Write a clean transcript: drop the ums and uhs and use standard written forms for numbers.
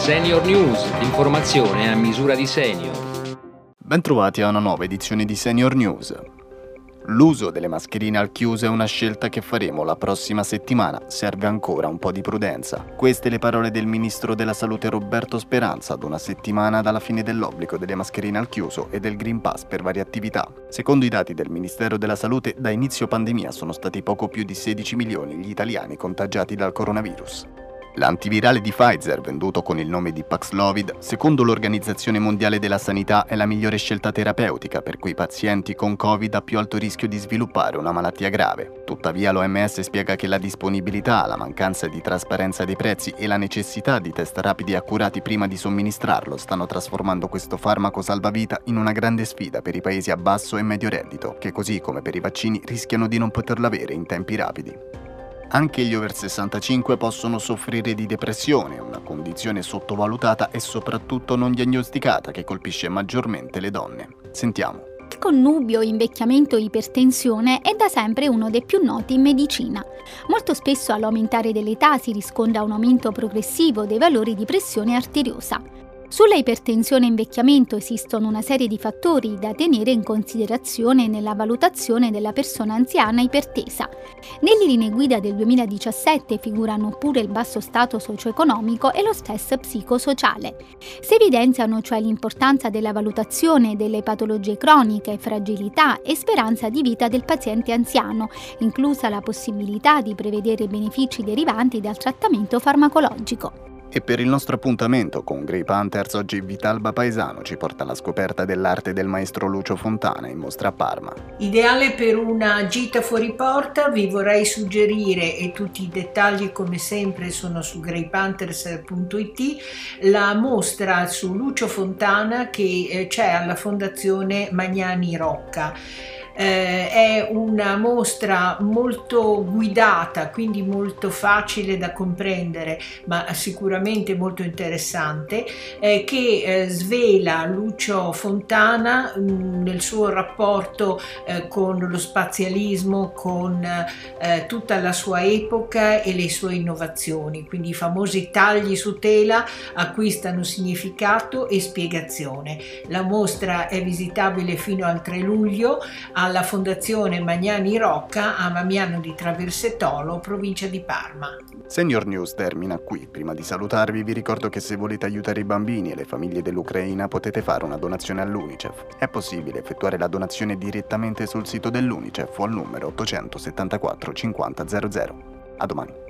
Senior News, l'informazione a misura di senior. Bentrovati a una nuova edizione di Senior News. L'uso delle mascherine al chiuso è una scelta che faremo la prossima settimana, serve ancora un po' di prudenza. Queste le parole del ministro della Salute Roberto Speranza ad una settimana dalla fine dell'obbligo delle mascherine al chiuso e del Green Pass per varie attività. Secondo i dati del Ministero della Salute, da inizio pandemia sono stati poco più di 16 milioni gli italiani contagiati dal coronavirus. L'antivirale di Pfizer, venduto con il nome di Paxlovid, secondo l'Organizzazione Mondiale della Sanità è la migliore scelta terapeutica per quei pazienti con Covid a più alto rischio di sviluppare una malattia grave. Tuttavia l'OMS spiega che la disponibilità, la mancanza di trasparenza dei prezzi e la necessità di test rapidi e accurati prima di somministrarlo stanno trasformando questo farmaco salvavita in una grande sfida per i paesi a basso e medio reddito, che così come per i vaccini rischiano di non poterlo avere in tempi rapidi. Anche gli over 65 possono soffrire di depressione, una condizione sottovalutata e soprattutto non diagnosticata che colpisce maggiormente le donne. Sentiamo. Il connubio invecchiamento e ipertensione è da sempre uno dei più noti in medicina. Molto spesso all'aumentare dell'età si riscontra un aumento progressivo dei valori di pressione arteriosa. Sulla ipertensione e invecchiamento esistono una serie di fattori da tenere in considerazione nella valutazione della persona anziana ipertesa. Nelle linee guida del 2017 figurano pure il basso stato socio-economico e lo stress psicosociale. Si evidenziano cioè l'importanza della valutazione delle patologie croniche, fragilità e speranza di vita del paziente anziano, inclusa la possibilità di prevedere benefici derivanti dal trattamento farmacologico. E per il nostro appuntamento con Grey Panthers, oggi Vitalba Paesano ci porta alla scoperta dell'arte del maestro Lucio Fontana in mostra a Parma. Ideale per una gita fuori porta, vi vorrei suggerire, e tutti i dettagli come sempre sono su greypanthers.it, la mostra su Lucio Fontana che c'è alla Fondazione Magnani Rocca. È una mostra molto guidata, quindi molto facile da comprendere, ma sicuramente molto interessante, che svela Lucio Fontana nel suo rapporto con lo spazialismo, con tutta la sua epoca e le sue innovazioni. Quindi i famosi tagli su tela acquistano significato e spiegazione. La mostra è visitabile fino al 3 luglio alla Fondazione Magnani Rocca a Mamiano di Traversetolo, provincia di Parma. Senior News termina qui. Prima di salutarvi vi ricordo che se volete aiutare i bambini e le famiglie dell'Ucraina potete fare una donazione all'UNICEF. È possibile effettuare la donazione direttamente sul sito dell'UNICEF o al numero 874 50 00. A domani.